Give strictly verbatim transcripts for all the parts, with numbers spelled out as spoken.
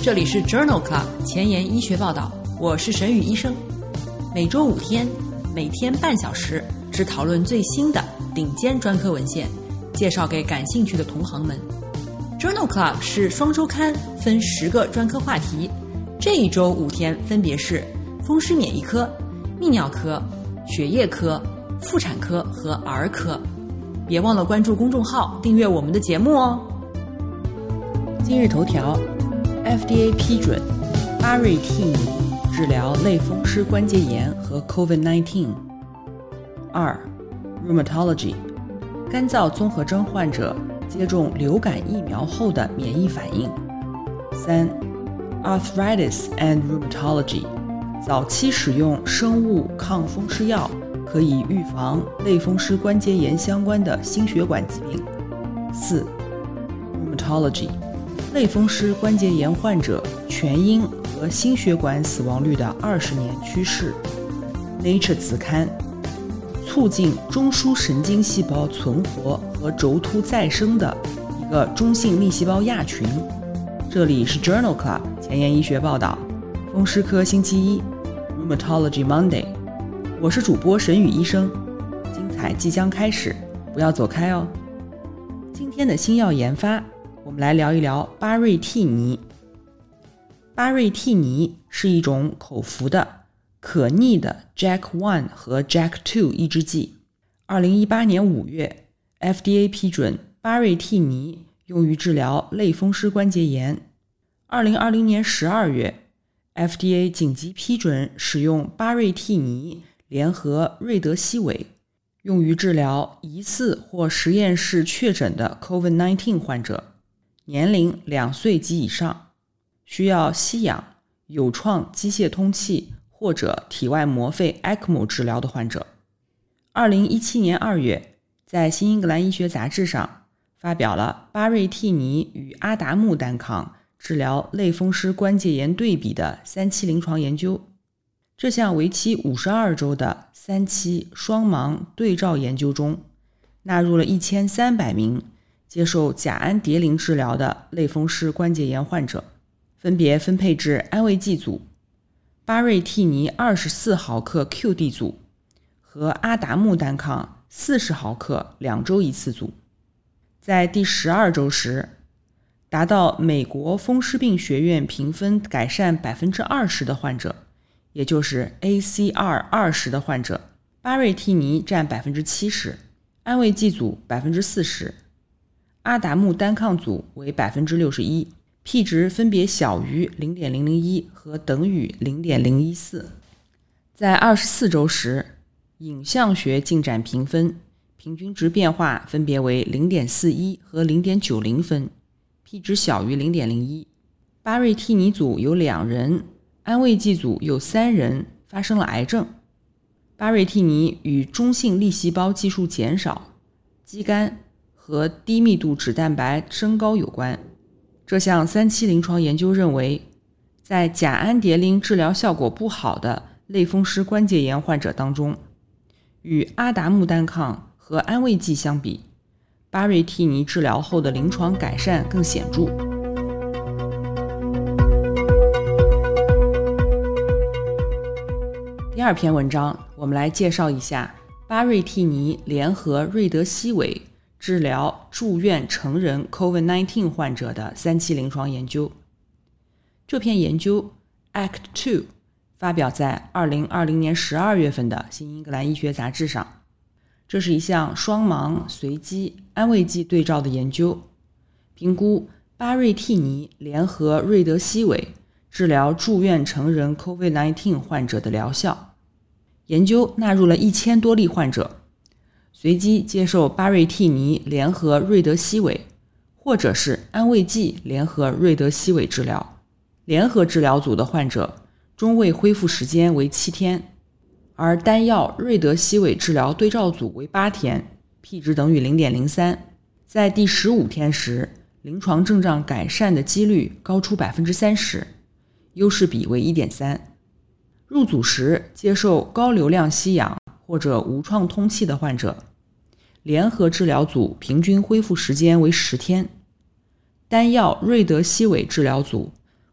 这里是 Journal Club 前沿医学报道，我是沈宇医生。每周五天，每天半小时，只讨论最新的顶尖专科文献，介绍给感兴趣的同行们。Journal Club 是双周刊，分十个专科话题。这一周五天分别是风湿免疫科、泌尿科、血液科、妇产科和儿科。别忘了关注公众号，订阅我们的节目哦。今日头条 F D A 批准巴瑞替尼治疗类风湿关节炎和 COVID 十九。 二 Rheumatology 干燥综合征患者接种流感疫苗后的免疫反应。三 Arthritis and Rheumatology 早期使用生物抗风湿药可以预防类风湿关节炎相关的心血管疾病。四 Rheumatology 类风湿关节炎患者全因和心血管死亡率的二十年趋势。 Nature 子刊促进中枢神经细胞存活和轴突再生的一个中性粒细胞亚群。这里是 Journal Club 前沿医学报道，风湿科星期一 Rheumatology Monday， 我是主播沈宇医生，精彩即将开始，不要走开哦。今天的新药研发，我们来聊一聊巴瑞替尼。巴瑞替尼是一种口服的可逆的 J A K 一 和 J A K 二 抑制剂。二零一八年五月 F D A 批准巴瑞替尼用于治疗类风湿关节炎。二零二零年十二月 F D A 紧急批准使用巴瑞替尼联合瑞德西韦用于治疗疑似或实验室确诊的 COVID 十九 患者，年龄两岁及以上，需要吸氧、有创机械通气或者体外膜肺 E C M O 治疗的患者。二零一七年二月，在新英格兰医学杂志上发表了巴瑞替尼与阿达木单抗治疗类风湿关节炎对比的三期临床研究。这项为期五十二周的三期双盲对照研究中，纳入了一千三百名接受甲氨蝶呤治疗的类风湿关节炎患者，分别分配至安慰剂组、巴瑞替尼二十四毫克 Q D 组和阿达木单抗四十毫克两周一次组。在第十二周时，达到美国风湿病学院评分改善 百分之二十 的患者，也就是 A C R 二十 的患者，巴瑞替尼占 百分之七十， 安慰剂组 百分之四十， 阿达木单抗组为 百分之六十一， P 值分别小于 零点零零一 和等于 零点零一四。 在二十四周时，影像学进展评分平均值变化分别为 零点四一 和 零点九零 分， P 值小于 零点零一。 巴瑞替尼组有两人，安慰剂组有三人发生了癌症。巴瑞替尼与中性粒细胞计数减少、肌酐和低密度脂蛋白升高有关。这项三期临床研究认为，在甲氨蝶呤治疗效果不好的类风湿关节炎患者当中，与阿达木单抗和安慰剂相比，巴瑞替尼治疗后的临床改善更显著。第二篇文章，我们来介绍一下巴瑞替尼联合瑞德西韦治疗住院成人 COVID 十九 患者的三期临床研究。这篇研究 A C T 二 发表在二零二零年十二月份的新英格兰医学杂志上。这是一项双盲随机安慰剂对照的研究，评估巴瑞替尼联合瑞德西韦治疗住院成人 COVID 十九 患者的疗效。研究纳入了一千多例患者，随机接受巴瑞替尼联合瑞德西韦或者是安慰剂联合瑞德西韦治疗。联合治疗组的患者中位恢复时间为七天，而单药瑞德西韦治疗对照组为八天， P 值等于 零点零三。 在第十五天时，临床症状改善的几率高出 百分之三十， 优势比为 一点三。 入组时接受高流量吸氧或者无创通气的患者，联合治疗组平均恢复时间为十天，单药瑞德西韦治疗组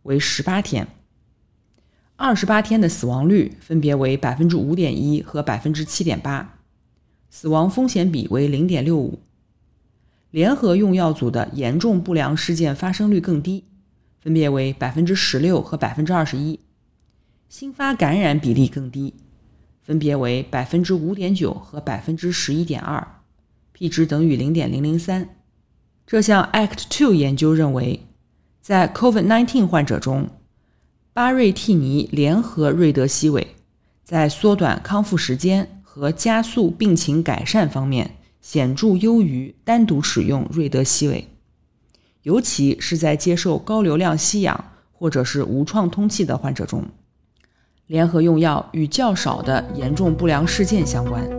为十八天。二十八天的死亡率分别为 百分之五点一 和 百分之七点八， 死亡风险比为 零点六五。 联合用药组的严重不良事件发生率更低，分别为 百分之十六 和 百分之二十一。 新发感染比例更低，分别为 百分之五点九 和 百分之十一点二， P 值等于 零点零零三。 这项 A C T 二 研究认为，在 COVID 十九 患者中，巴瑞替尼联合瑞德西韦在缩短康复时间和加速病情改善方面显著优于单独使用瑞德西韦，尤其是在接受高流量吸氧或者是无创通气的患者中。联合用药与较少的严重不良事件相关。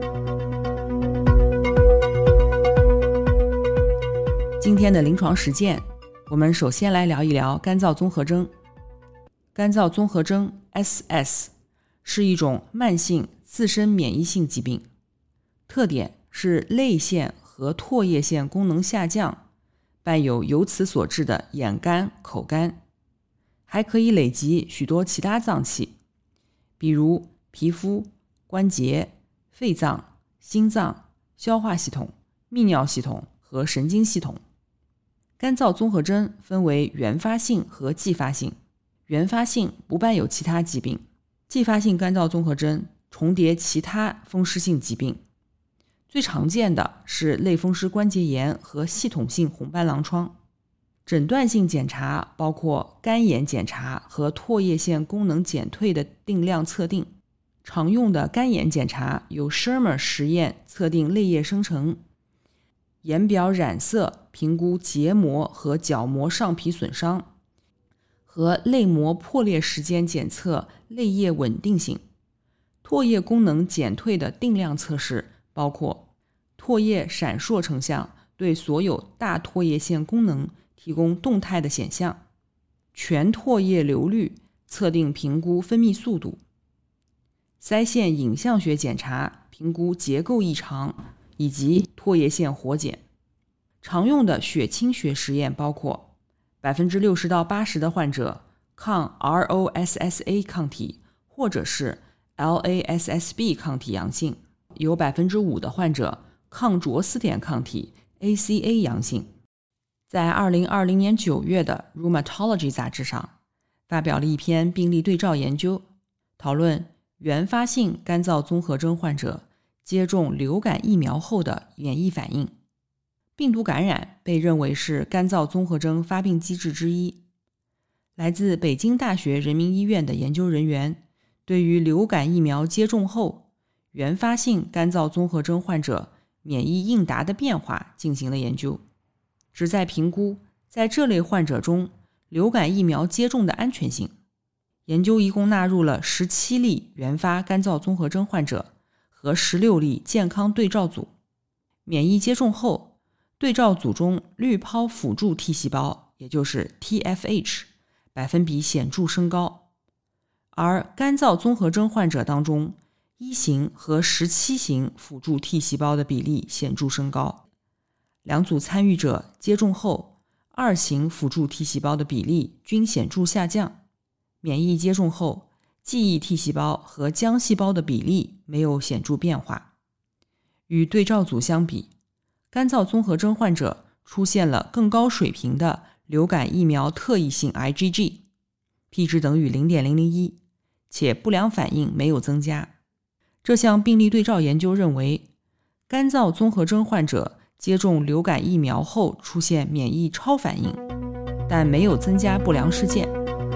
今天的临床实践，我们首先来聊一聊干燥综合征。干燥综合征 S S 是一种慢性自身免疫性疾病，特点是泪腺和唾液腺功能下降，伴有由此所致的眼干、口干，还可以累及许多其他脏器，比如皮肤、关节、肺脏、心脏、消化系统、泌尿系统和神经系统。干燥综合征分为原发性和继发性，原发性不伴有其他疾病，继发性干燥综合征重叠其他风湿性疾病，最常见的是类风湿关节炎和系统性红斑狼疮。诊断性检查包括干眼检查和唾液腺功能减退的定量测定。常用的干眼检查有 Schirmer 实验测定泪液生成，眼表染色评估结膜和角膜上皮损伤，和泪膜破裂时间检测泪液稳定性。唾液功能减退的定量测试包括唾液闪烁成像，对所有大唾液腺功能提供动态的显像，全唾液流率测定评估分泌速度，腮腺影像学检查评估结构异常以及唾液腺活检。常用的血清学实验包括 百分之六十到百分之八十 的患者抗 R O S S A 抗体或者是 L A S S B 抗体阳性，有 百分之五 的患者抗卓斯点抗体 A C A 阳性。在二零二零年九月的 Rheumatology 杂志上发表了一篇病例对照研究，讨论原发性干燥综合征患者接种流感疫苗后的免疫反应。病毒感染被认为是干燥综合征发病机制之一。来自北京大学人民医院的研究人员对于流感疫苗接种后原发性干燥综合征患者免疫应答的变化进行了研究，旨在评估在这类患者中流感疫苗接种的安全性。研究一共纳入了十七例原发干燥综合征患者和十六例健康对照组。免疫接种后，对照组中滤泡辅助 T 细胞，也就是 T F H 百分比显著升高，而干燥综合征患者当中一型和十七型辅助 T 细胞的比例显著升高。两组参与者接种后，二型辅助 T 细胞的比例均显著下降。免疫接种后，记忆 T 细胞和浆细胞的比例没有显著变化。与对照组相比，干燥综合征患者出现了更高水平的流感疫苗特异性 I G G， P 值等于 零点零零一， 且不良反应没有增加。这项病例对照研究认为，干燥综合征患者接种流感疫苗后出现免疫超反应，但没有增加不良事件。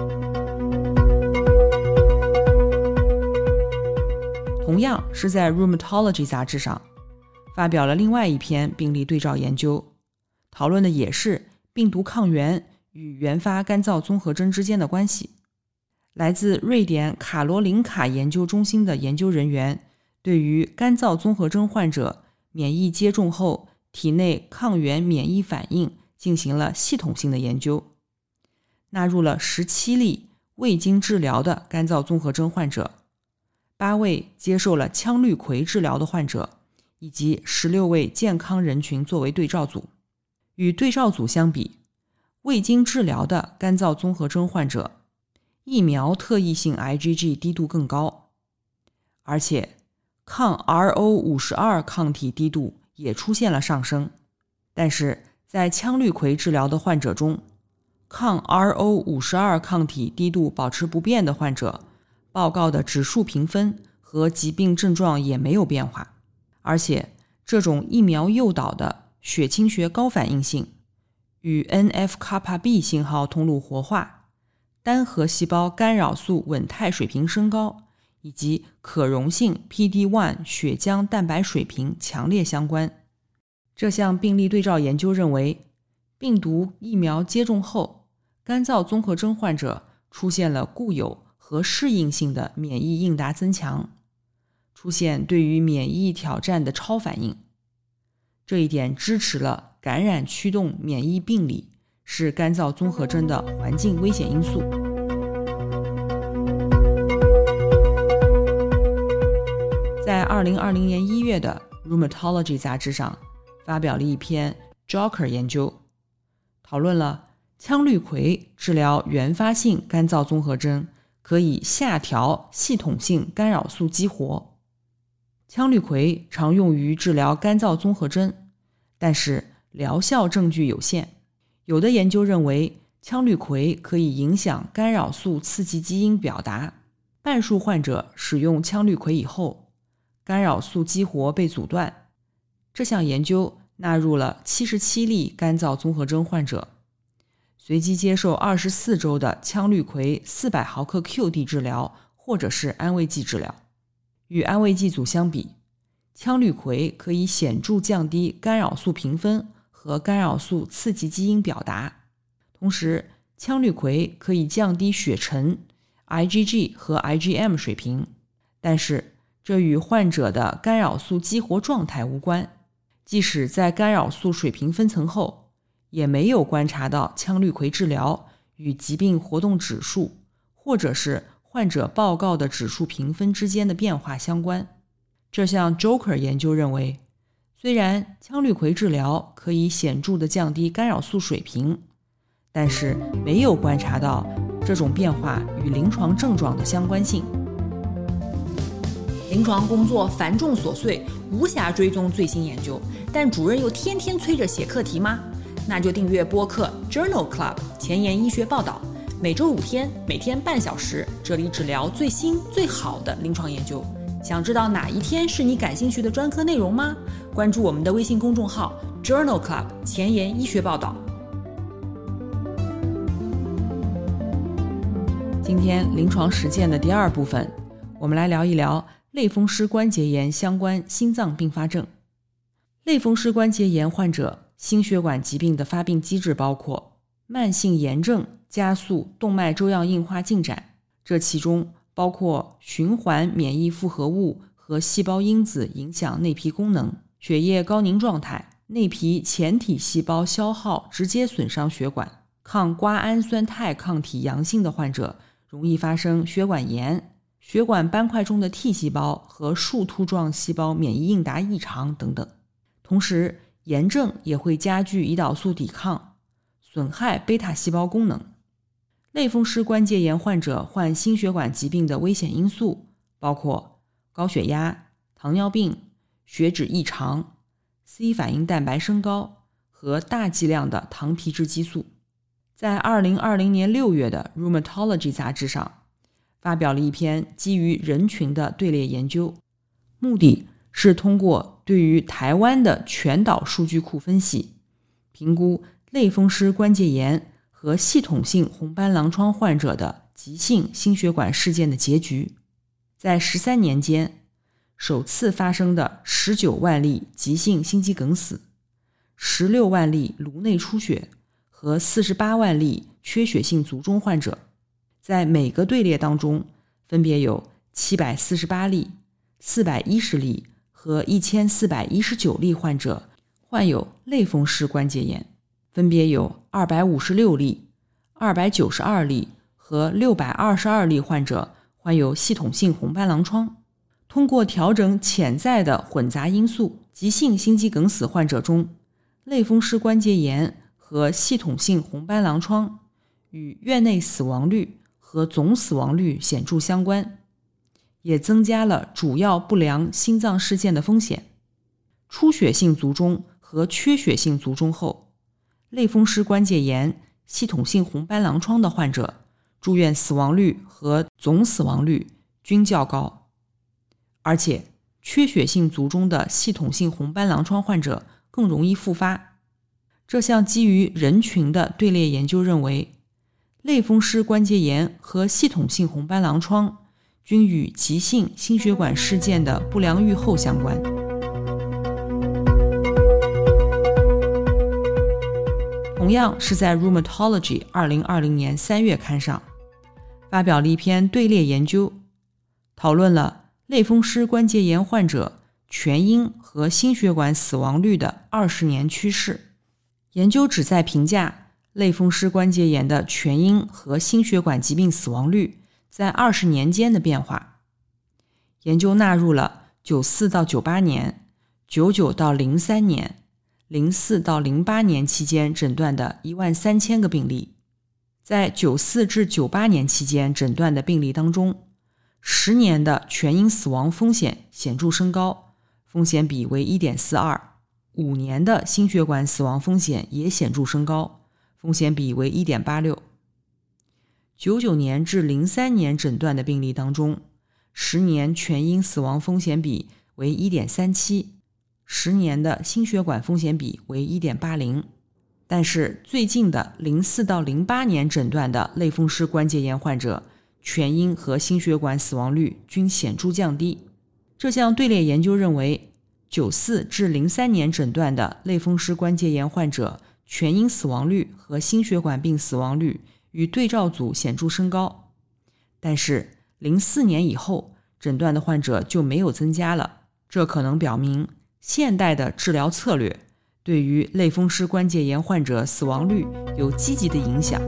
同样是在 Rheumatology 杂志上发表了另外一篇病例对照研究，讨论的也是病毒抗原与原发干燥综合征之间的关系。来自瑞典卡罗林卡研究中心的研究人员对于干燥综合征患者免疫接种后体内抗原免疫反应进行了系统性的研究，纳入了十七例未经治疗的干燥综合征患者，八位接受了羟氯喹治疗的患者，以及十六位健康人群作为对照组。与对照组相比， 未经治疗的干燥综合征患者，疫苗特异性 I G G 低度更高，而且抗 R O 五十二 抗体低度也出现了上升。但是在羟氯喹治疗的患者中，抗 R O 五十二 抗体低度保持不变的患者，报告的指数评分和疾病症状也没有变化。而且这种疫苗诱导的血清学高反应性与 N F kappa B 信号通路活化、单核细胞干扰素稳态水平升高以及可溶性 P D 一 血浆蛋白水平强烈相关。这项病例对照研究认为，病毒疫苗接种后，干燥综合征患者出现了固有和适应性的免疫应答增强，出现对于免疫挑战的超反应。这一点支持了感染驱动免疫病理是干燥综合征的环境危险因素。在二零二零年一月的 Rheumatology 杂志上发表了一篇 Joker 研究，讨论了羟氯喹治疗原发性干燥综合征可以下调系统性干扰素激活。羟氯喹常用于治疗干燥综合征，但是疗效证据有限。有的研究认为羟氯喹可以影响干扰素刺激基因表达，半数患者使用羟氯喹以后，干扰素激活被阻断。这项研究纳入了七十七例干燥综合征患者，随机接受二十四周的羟氯喹四百毫克 Q D 治疗或者是安慰剂治疗。与安慰剂组相比，羟氯喹可以显著降低干扰素评分和干扰素刺激基因表达，同时羟氯喹可以降低血沉、I G G 和 I G M 水平，但是这与患者的干扰素激活状态无关。即使在干扰素水平分层后，也没有观察到羟氯喹治疗与疾病活动指数或者是患者报告的指数评分之间的变化相关。这项 Joker 研究认为，虽然羟氯喹治疗可以显著地降低干扰素水平，但是没有观察到这种变化与临床症状的相关性。临床工作繁重琐碎，无暇追踪最新研究，但主任又天天催着写课题吗？那就订阅播客 Journal Club 前沿医学报道，每周五天，每天半小时，这里只聊最新最好的临床研究。想知道哪一天是你感兴趣的专科内容吗？关注我们的微信公众号 Journal Club 前沿医学报道。今天临床实践的第二部分，我们来聊一聊类风湿关节炎相关心脏并发症。类风湿关节炎患者心血管疾病的发病机制包括慢性炎症加速动脉粥样硬化进展，这其中包括循环免疫复合物和细胞因子影响内皮功能、血液高凝状态、内皮前体细胞消耗直接损伤血管。抗瓜氨酸肽抗体阳性的患者容易发生血管炎、血管斑块中的 T 细胞和树突状细胞免疫应答异常等等。同时，炎症也会加剧胰岛素抵抗，损害贝塔细胞功能。类风湿关节炎患者患心血管疾病的危险因素包括高血压、糖尿病、血脂异常、C 反应蛋白升高和大剂量的糖皮质激素。在二零二零年六月的 Rheumatology 杂志上发表了一篇基于人群的队列研究，目的是通过对于台湾的全岛数据库分析，评估类风湿关节炎和系统性红斑狼疮患者的急性心血管事件的结局。在十三年间，首次发生的十九万例急性心肌梗死、十六万例颅内出血和四十八万例缺血性卒中患者，在每个队列当中分别有七百四十八例、四百一十例和一千四百一十九例患者患有类风湿关节炎，分别有二百五十六例、二百九十二例和六百二十二例患者患有系统性红斑狼疮。通过调整潜在的混杂因素，急性心肌梗死患者中，类风湿关节炎和系统性红斑狼疮与院内死亡率和总死亡率显著相关，也增加了主要不良心脏事件的风险。出血性卒中和缺血性卒中后，类风湿关节炎、系统性红斑狼疮的患者住院死亡率和总死亡率均较高，而且缺血性卒中的系统性红斑狼疮患者更容易复发。这项基于人群的队列研究认为，类风湿关节炎和系统性红斑狼疮均与急性心血管事件的不良预后相关。同样是在 Rheumatology 二零二零年三月刊上发表了一篇队列研究，讨论了类风湿关节炎患者全因和心血管死亡率的二十年趋势。研究旨在评价类风湿关节炎的全因和心血管疾病死亡率在二十年间的变化。研究纳入了九四到九八年、九九到零三年、零四到零八年期间诊断的一万三千个病例。在九四至九八年期间诊断的病例当中，十年的全因死亡风险显著升高，风险比为 一点四二，五年的心血管死亡风险也显著升高，风险比为 一点八六。九九年至零三年诊断的病例当中，十年全因死亡风险比为 一点三七，十年的心血管风险比为 一点八零。但是最近的零四到零八年诊断的类风湿关节炎患者全因和心血管死亡率均显著降低。这项队列研究认为，九四至零三年诊断的类风湿关节炎患者全因死亡率和心血管病死亡率与对照组显著升高，但是零四年以后诊断的患者就没有增加了。这可能表明现代的治疗策略对于类风湿关节炎患者死亡率有积极的影响。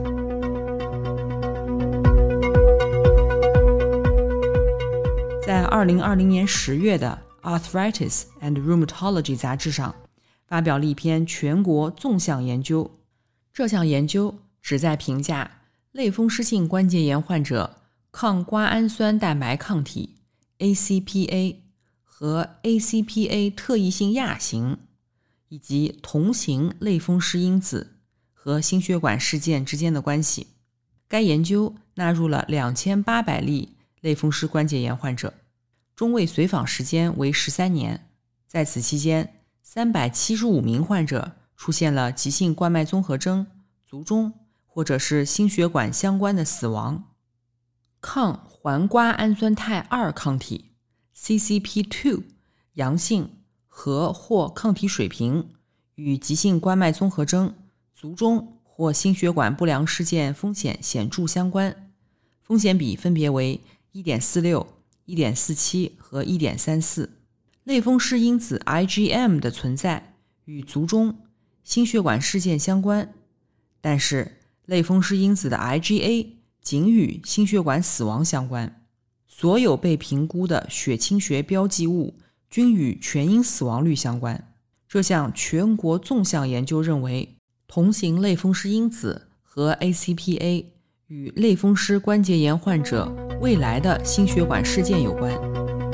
在二零二零年十月的 Arthritis and Rheumatology 杂志上发表了一篇全国纵向研究。这项研究旨在评价类风湿性关节炎患者抗瓜氨酸蛋白抗体 A C P A 和 A C P A 特异性亚型以及同型类风湿因子和心血管事件之间的关系。该研究纳入了两千八百例类风湿关节炎患者，中位随访时间为十三年。在此期间，三百七十五名患者出现了急性冠脉综合征、卒中或者是心血管相关的死亡。抗环瓜氨酸肽二抗体 C C P 二 阳性和或抗体水平与急性冠脉综合征、卒中或心血管不良事件风险显著相关，风险比分别为 一点四六、一点四七 和 一点三四。 类风湿因子 I G M 的存在与卒中、心血管事件相关，但是类风湿因子的 I G A 仅与心血管死亡相关。所有被评估的血清学标记物均与全因死亡率相关。这项全国纵向研究认为，同型类风湿因子和 A C P A 与类风湿关节炎患者未来的心血管事件有关。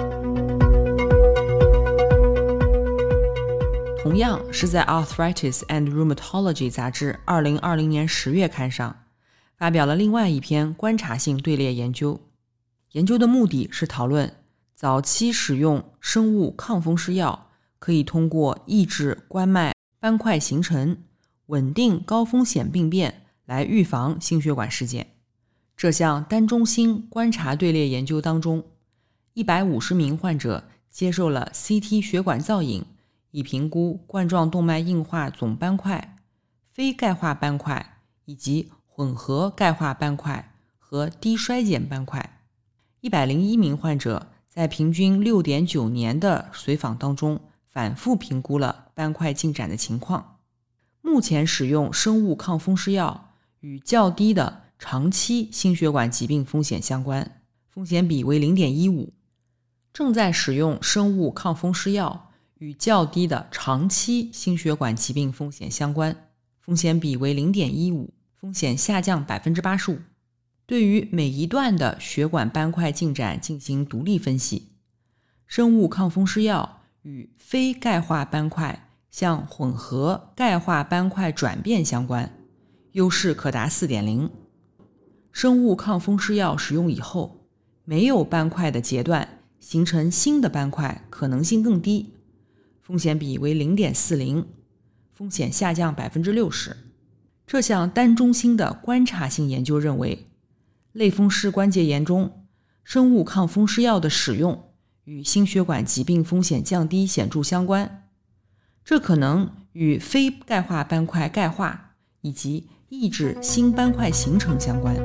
同样是在 Arthritis and Rheumatology 杂志二零二零年十月刊上发表了另外一篇观察性队列研究。研究的目的是讨论早期使用生物抗风湿药可以通过抑制冠脉斑块形成，稳定高风险病变来预防心血管事件。这项单中心观察队列研究当中，一百五十名患者接受了 C T 血管造影，以评估冠状动脉硬化总斑块、非钙化斑块以及混合钙化斑块和低衰减斑块。一百零一名患者在平均 六点九 年的随访当中反复评估了斑块进展的情况。目前使用生物抗风湿药与较低的长期心血管疾病风险相关，风险比为 零点一五。 正在使用生物抗风湿药与较低的长期心血管疾病风险相关， 风险比为 零点一五， 风险下降 百分之八十五。 对于每一段的血管斑块进展进行独立分析，生物抗风湿药与非钙化斑块向混合钙化斑块转变相关，优势可达 四点零。 生物抗风湿药使用以后，没有斑块的截断形成新的斑块可能性更低，风险比为 零点四零， 风险下降 百分之六十。 这项单中心的观察性研究认为，类风湿关节炎中生物抗风湿药的使用与心血管疾病风险降低显著相关，这可能与非钙化斑块钙化以及抑制新斑块形成相关。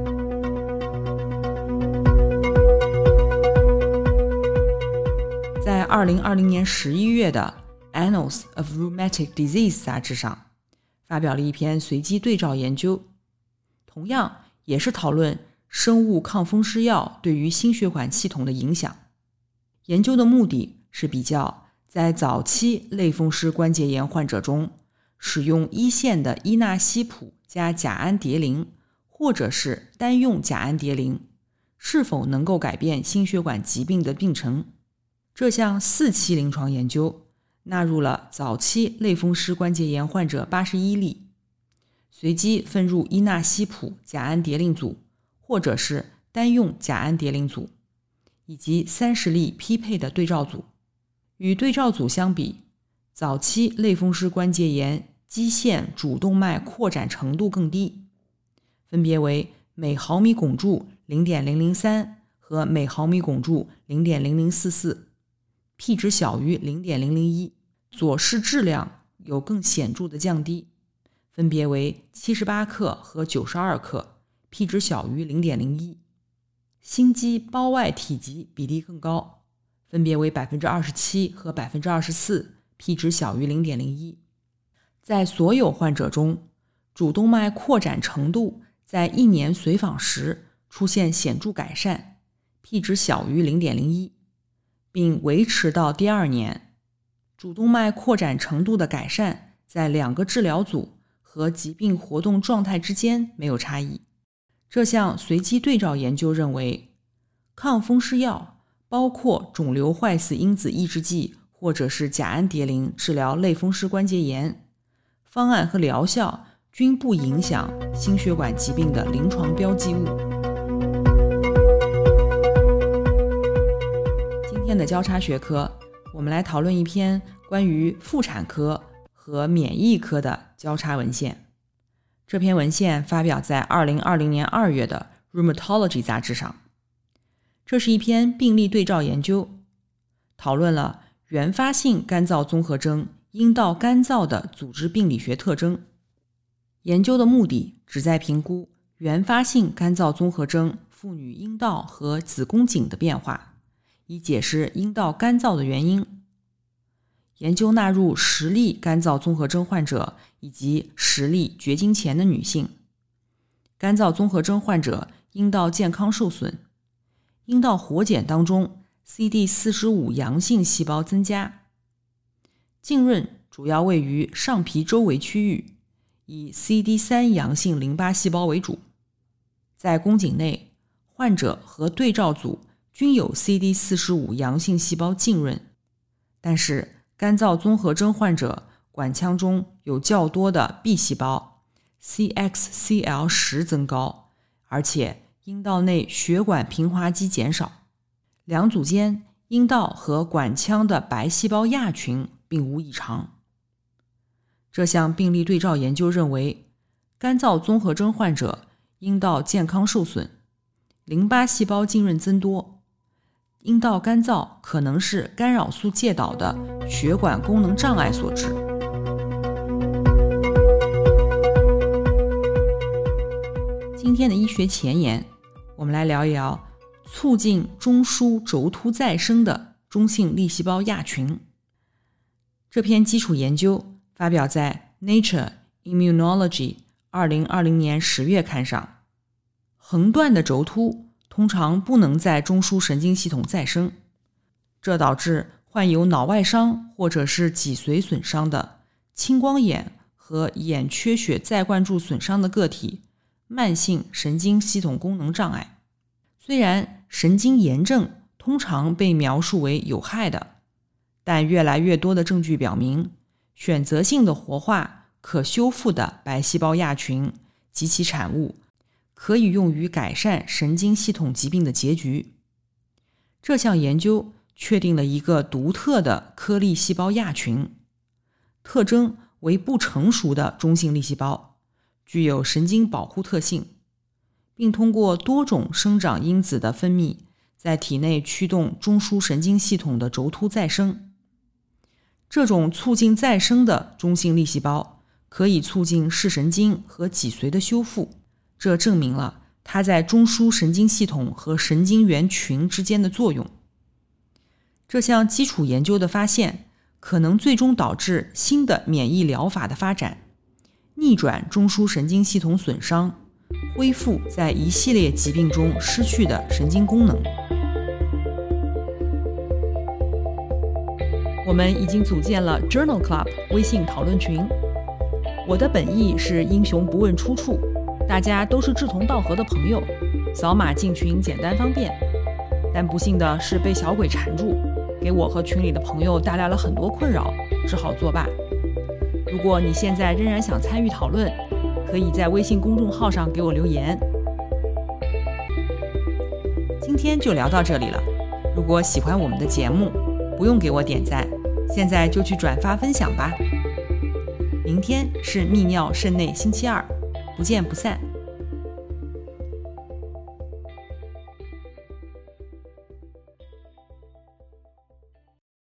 在二零二零年十一月的 Annals of Rheumatic Disease 杂志上发表了一篇随机对照研究，同样也是讨论生物抗风湿药对于心血管系统的影响。研究的目的是比较在早期类风湿关节炎患者中使用一线的伊纳西普加甲氨蝶呤或者是单用甲氨蝶呤是否能够改变心血管疾病的病程。这项四期临床研究纳入了早期类风湿关节炎患者八十一例，随机分入伊纳西普甲氨蝶呤组或者是单用甲氨蝶呤组，以及三十例匹配的对照组。与对照组相比，早期类风湿关节炎基线主动脉扩展程度更低，分别为每毫米汞柱 零点零零三 和每毫米汞柱 零点零零四四， P 值小于 零点零零一， 左室质量有更显著的降低，分别为七十八克和九十二克， P 值小于 零点零一。 心肌包外体积比例更高，分别为 百分之二十七 和 百分之二十四， P 值小于 零点零一。 在所有患者中，主动脉扩展程度在一年随访时出现显著改善， P 值小于 零点零一， 并维持到第二年。主动脉扩展程度的改善在两个治疗组和疾病活动状态之间没有差异。这项随机对照研究认为，抗风湿药包括肿瘤坏死因子抑制剂或者是甲氨蝶呤治疗类风湿关节炎方案和疗效均不影响心血管疾病的临床标记物。今天的交叉学科，我们来讨论一篇关于妇产科和免疫科的交叉文献。这篇文献发表在二零二零年二月的 Rheumatology 杂志上。这是一篇病例对照研究，讨论了原发性干燥综合征阴道干燥的组织病理学特征。研究的目的旨在评估原发性干燥综合征妇女阴道和子宫颈的变化，以解释阴道干燥的原因。研究纳入十例干燥综合征患者以及十例绝经前的女性。干燥综合征患者阴道健康受损，阴道活检当中 C D 四十五 阳性细胞增加，浸润主要位于上皮周围区域，以 C D 三 阳性淋巴细胞为主。在宫颈内，患者和对照组均有 C D 四十五 阳性细胞浸润，但是干燥综合征患者管腔中有较多的 B 细胞 C X C L 十 增高，而且阴道内血管平滑肌减少。两组间阴道和管腔的白细胞亚群并无异常。这项病例对照研究认为，干燥综合征患者阴道健康受损，淋巴细胞浸润增多，阴道干燥可能是干扰素介导的血管功能障碍所致。今天的医学前沿，我们来聊一聊促进中枢轴突再生的中性粒细胞亚群。这篇基础研究发表在 Nature Immunology 二零二零年十月刊上。横断的轴突通常不能在中枢神经系统再生，这导致患有脑外伤或者是脊髓损伤的青光眼和和眼缺血再灌注损伤的个体慢性神经系统功能障碍。虽然神经炎症通常被描述为有害的，但越来越多的证据表明，选择性的活化可修复的白细胞亚群及其产物可以用于改善神经系统疾病的结局。这项研究确定了一个独特的颗粒细胞亚群，特征为不成熟的中性粒细胞，具有神经保护特性，并通过多种生长因子的分泌，在体内驱动中枢神经系统的轴突再生。这种促进再生的中性粒细胞可以促进视神经和脊髓的修复，这证明了它在中枢神经系统和神经元群之间的作用。这项基础研究的发现可能最终导致新的免疫疗法的发展，逆转中枢神经系统损伤，恢复在一系列疾病中失去的神经功能。我们已经组建了 Journal Club 微信讨论群。我的本意是英雄不问出处，大家都是志同道合的朋友，扫码进群简单方便。但不幸的是被小鬼缠住，给我和群里的朋友带来了很多困扰，只好作罢。如果你现在仍然想参与讨论，可以在微信公众号上给我留言。今天就聊到这里了。如果喜欢我们的节目，不用给我点赞，现在就去转发分享吧。明天是泌尿肾内星期二，不见不散。